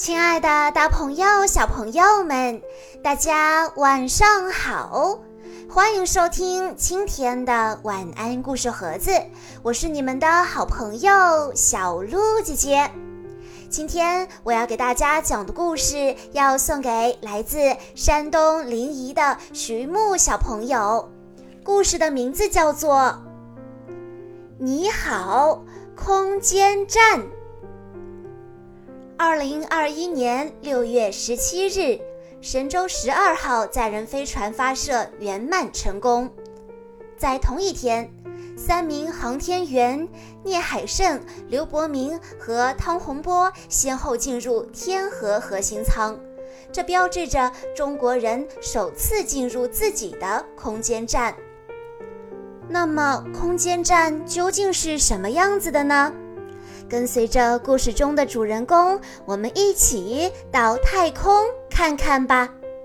亲爱的大朋友小朋友们，大家晚上好，欢迎收听今天的晚安故事盒子，我是你们的好朋友小鹿姐姐。今天我要给大家讲的故事要送给来自山东临沂的徐木小朋友，故事的名字叫做你好空间站。2021年6月17日，神舟12号载人飞船发射圆满成功。在同一天，3名航天员聂海胜、刘伯明和汤洪波先后进入天河核心舱，这标志着中国人首次进入自己的空间站。那么，空间站究竟是什么样子的呢？跟随着故事中的主人公，我们一起到太空看看吧。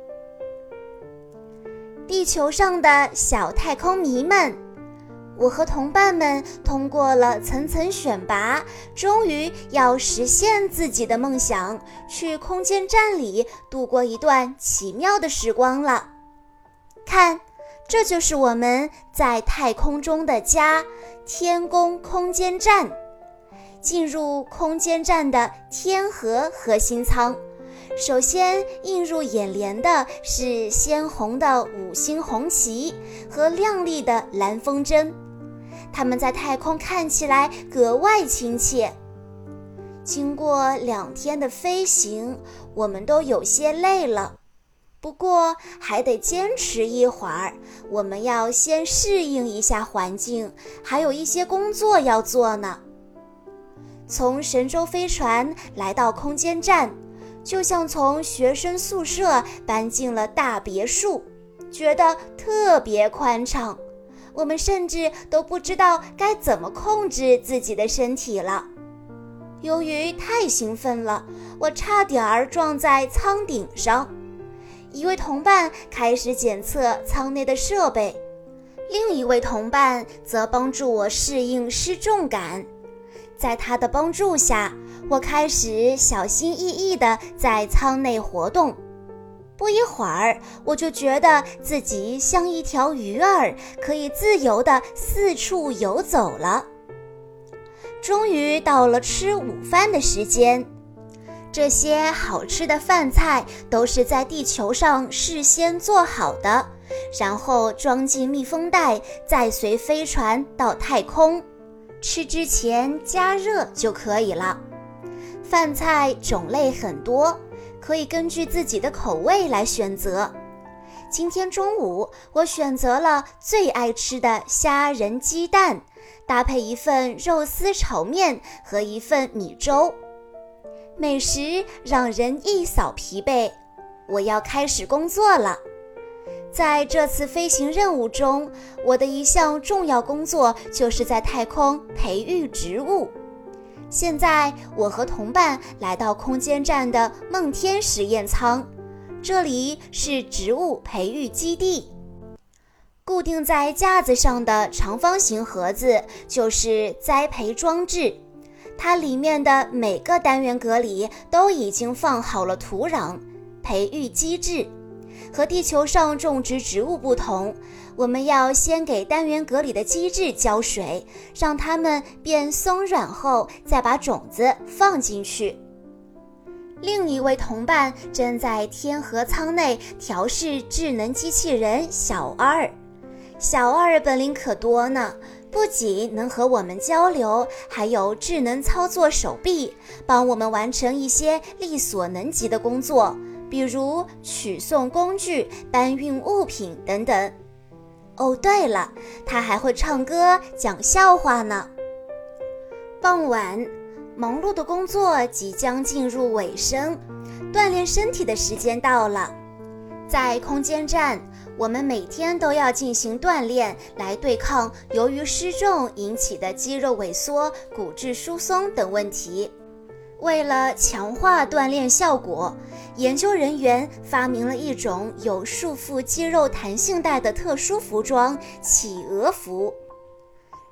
地球上的小太空迷们，我和同伴们通过了层层选拔，终于要实现自己的梦想，去空间站里度过一段奇妙的时光了。看，这就是我们在太空中的家——天宫空间站。进入空间站的天河核心舱，首先映入眼帘的是鲜红的5星红旗和亮丽的蓝风筝，它们在太空看起来格外亲切。经过2天的飞行，我们都有些累了，不过还得坚持一会儿，我们要先适应一下环境，还有一些工作要做呢。从神舟飞船来到空间站，就像从学生宿舍搬进了大别墅，觉得特别宽敞。我们甚至都不知道该怎么控制自己的身体了。由于太兴奋了，我差点撞在舱顶上。一位同伴开始检测舱内的设备，另一位同伴则帮助我适应失重感。在他的帮助下，我开始小心翼翼地在舱内活动。不一会儿，我就觉得自己像一条鱼儿，可以自由地四处游走了。终于到了吃午饭的时间，这些好吃的饭菜都是在地球上事先做好的，然后装进密封袋，再随飞船到太空。吃之前加热就可以了。饭菜种类很多，可以根据自己的口味来选择。今天中午我选择了最爱吃的虾仁鸡蛋，搭配一份肉丝炒面和一份米粥。美食让人一扫疲惫，我要开始工作了。在这次飞行任务中，我的一项重要工作就是在太空培育植物。现在我和同伴来到空间站的梦天实验舱，这里是植物培育基地。固定在架子上的长方形盒子就是栽培装置，它里面的每个单元格里都已经放好了土壤、培育机制。和地球上种植植物不同，我们要先给单元格里的基质浇水，让它们变松软后，再把种子放进去。另一位同伴正在天河舱内调试智能机器人小二。小二本领可多呢，不仅能和我们交流，还有智能操作手臂，帮我们完成一些力所能及的工作，比如取送工具、搬运物品等等。哦，对了，他还会唱歌、讲笑话呢。傍晚，忙碌的工作即将进入尾声，锻炼身体的时间到了。在空间站，我们每天都要进行锻炼，来对抗由于失重引起的肌肉萎缩、骨质疏松等问题。为了强化锻炼效果，研究人员发明了一种有束缚肌肉弹性带的特殊服装——企鹅服。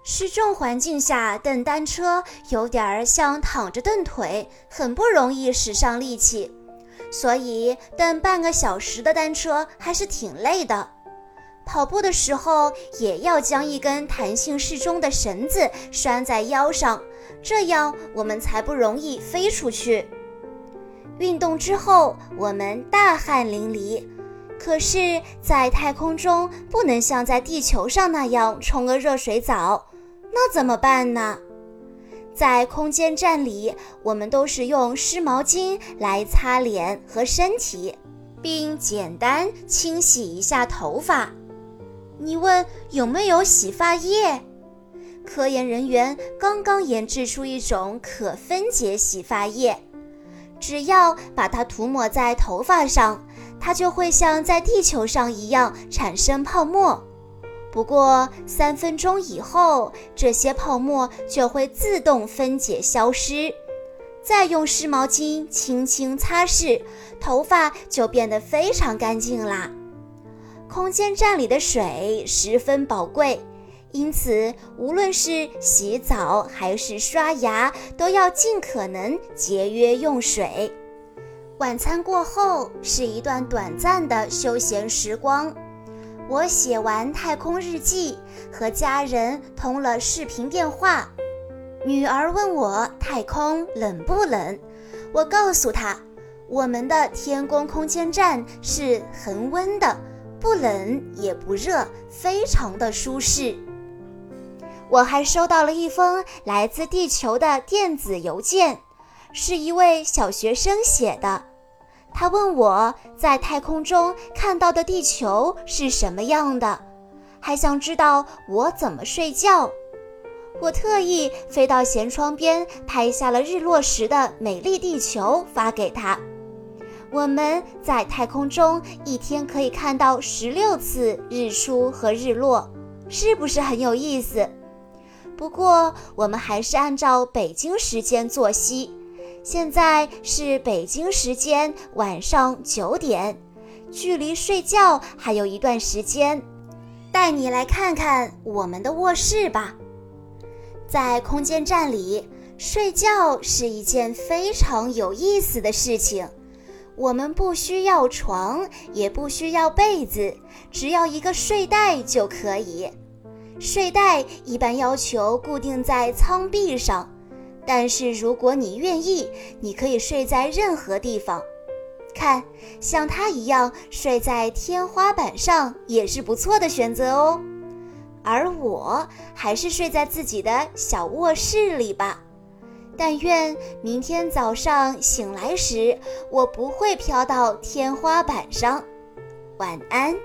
失重环境下蹬单车有点像躺着蹬腿，很不容易使上力气，所以蹬半个小时的单车还是挺累的。跑步的时候也要将一根弹性适中的绳子拴在腰上，这样我们才不容易飞出去。运动之后我们大汗淋漓，可是在太空中不能像在地球上那样冲个热水澡，那怎么办呢？在空间站里，我们都是用湿毛巾来擦脸和身体，并简单清洗一下头发。你问有没有洗发液？科研人员刚刚研制出一种可分解洗发液，只要把它涂抹在头发上，它就会像在地球上一样产生泡沫。不过3分钟以后，这些泡沫就会自动分解消失，再用湿毛巾轻轻擦拭，头发就变得非常干净啦。空间站里的水十分宝贵，因此无论是洗澡还是刷牙，都要尽可能节约用水。晚餐过后是一段短暂的休闲时光，我写完太空日记，和家人通了视频电话。女儿问我太空冷不冷，我告诉她，我们的天宫空间站是恒温的，不冷也不热，非常的舒适。我还收到了一封来自地球的电子邮件，是一位小学生写的。他问我在太空中看到的地球是什么样的，还想知道我怎么睡觉。我特意飞到舷窗边拍下了日落时的美丽地球发给他。我们在太空中一天可以看到16次日出和日落，是不是很有意思？不过我们还是按照北京时间作息，现在是北京时间晚上9点，距离睡觉还有一段时间。带你来看看我们的卧室吧。在空间站里，睡觉是一件非常有意思的事情。我们不需要床，也不需要被子，只要一个睡袋就可以。睡袋一般要求固定在舱壁上，但是如果你愿意，你可以睡在任何地方。看，像它一样睡在天花板上也是不错的选择哦。而我还是睡在自己的小卧室里吧。但愿明天早上醒来时，我不会飘到天花板上。晚安。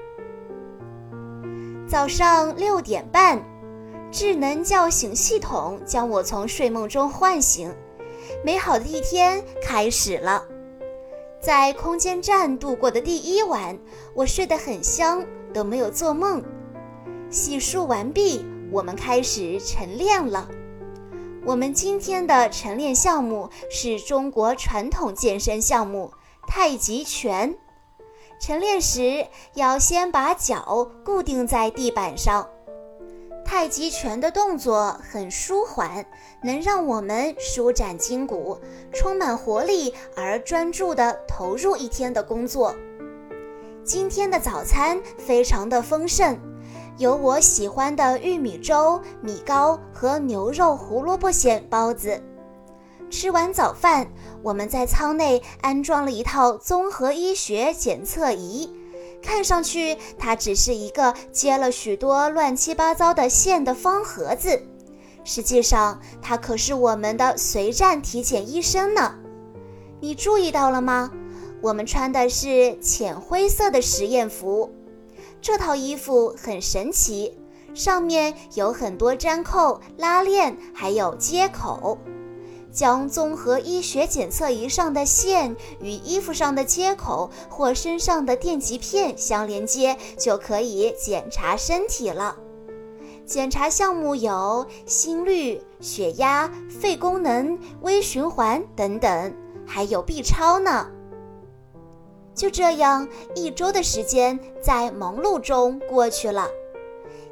早上6点半，智能叫醒系统将我从睡梦中唤醒，美好的一天开始了。在空间站度过的第1晚，我睡得很香，都没有做梦。洗漱完毕，我们开始晨练了。我们今天的晨练项目是中国传统健身项目太极拳。晨练时要先把脚固定在地板上。太极拳的动作很舒缓，能让我们舒展筋骨，充满活力而专注地投入一天的工作。今天的早餐非常的丰盛，有我喜欢的玉米粥、米糕和牛肉胡萝卜馅包子。吃完早饭，我们在舱内安装了一套综合医学检测仪，看上去它只是一个接了许多乱七八糟的线的方盒子，实际上它可是我们的随站体检医生呢。你注意到了吗？我们穿的是浅灰色的实验服。这套衣服很神奇，上面有很多粘扣、拉链，还有接口。将综合医学检测仪上的线与衣服上的接口或身上的电极片相连接，就可以检查身体了。检查项目有心率、血压、肺功能、微循环等等，还有 B 超呢。就这样，1周的时间在忙碌中过去了。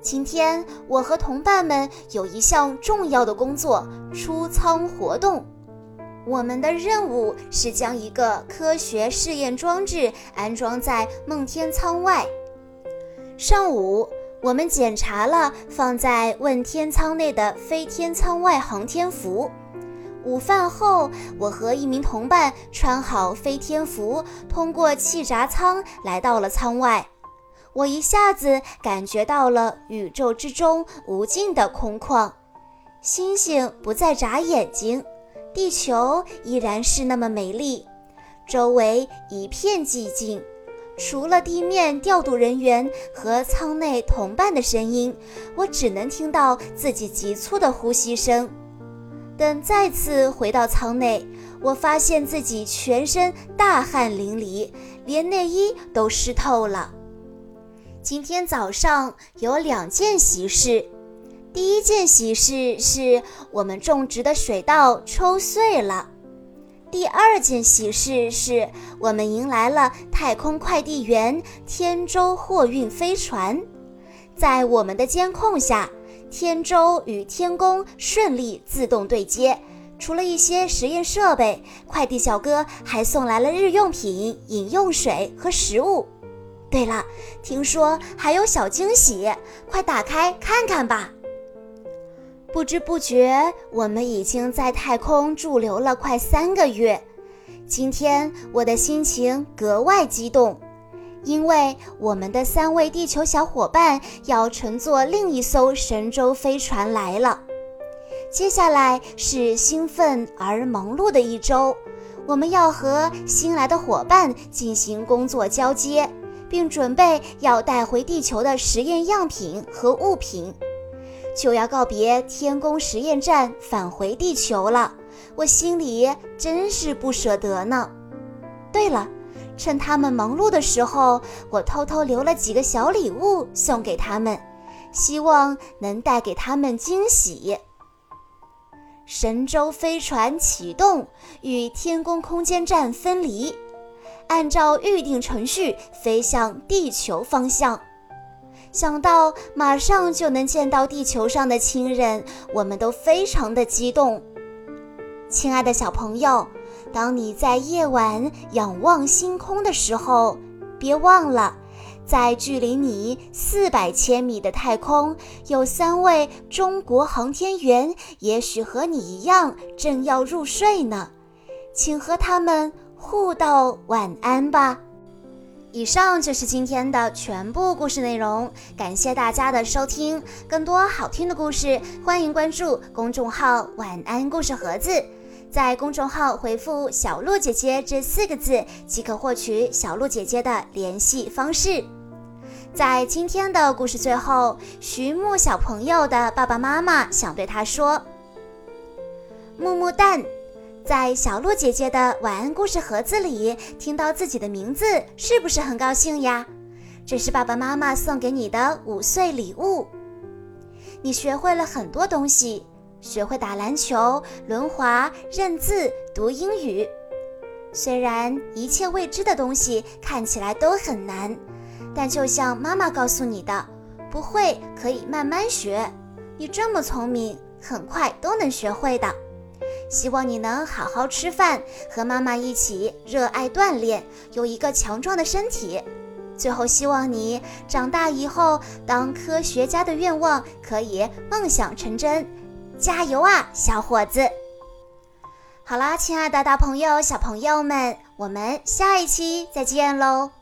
今天我和同伴们有一项重要的工作——出舱活动。我们的任务是将一个科学试验装置安装在梦天舱外。上午，我们检查了放在问天舱内的飞天舱外航天服。午饭后，我和一名同伴穿好飞天服，通过气闸舱来到了舱外。我一下子感觉到了宇宙之中无尽的空旷，星星不再眨眼睛，地球依然是那么美丽，周围一片寂静，除了地面调度人员和舱内同伴的声音，我只能听到自己急促的呼吸声。等再次回到舱内，我发现自己全身大汗淋漓，连内衣都湿透了。今天早上有2件喜事。第一件喜事是我们种植的水稻抽穗了。第2件喜事是我们迎来了太空快递员天舟货运飞船。在我们的监控下，天舟与天宫顺利自动对接，除了一些实验设备，快递小哥还送来了日用品、饮用水和食物。对了，听说还有小惊喜，快打开看看吧。不知不觉，我们已经在太空驻留了快3个月。今天我的心情格外激动，因为我们的3位地球小伙伴要乘坐另一艘神舟飞船来了。接下来是兴奋而忙碌的一周，我们要和新来的伙伴进行工作交接，并准备要带回地球的实验样品和物品，就要告别天宫实验站返回地球了，我心里真是不舍得呢。对了，趁他们忙碌的时候，我偷偷留了几个小礼物送给他们，希望能带给他们惊喜。神舟飞船启动，与天宫空间站分离，按照预定程序飞向地球方向。想到马上就能见到地球上的亲人，我们都非常的激动。亲爱的小朋友，当你在夜晚仰望星空的时候，别忘了，在距离你400千米的太空，有3位中国航天员，也许和你一样正要入睡呢，请和他们互道晚安吧。以上就是今天的全部故事内容，感谢大家的收听。更多好听的故事，欢迎关注公众号晚安故事盒子，在公众号回复小鹿姐姐这4个字，即可获取小鹿姐姐的联系方式。在今天的故事最后，徐木小朋友的爸爸妈妈想对他说，木木蛋，在小鹿姐姐的晚安故事盒子里听到自己的名字，是不是很高兴呀？这是爸爸妈妈送给你的5岁礼物。你学会了很多东西，学会打篮球、轮滑、认字、读英语。虽然一切未知的东西看起来都很难，但就像妈妈告诉你的，不会可以慢慢学，你这么聪明，很快都能学会的。希望你能好好吃饭，和妈妈一起热爱锻炼，有一个强壮的身体。最后希望你长大以后当科学家的愿望可以梦想成真，加油啊，小伙子！好啦，亲爱的大朋友小朋友们，我们下一期再见喽。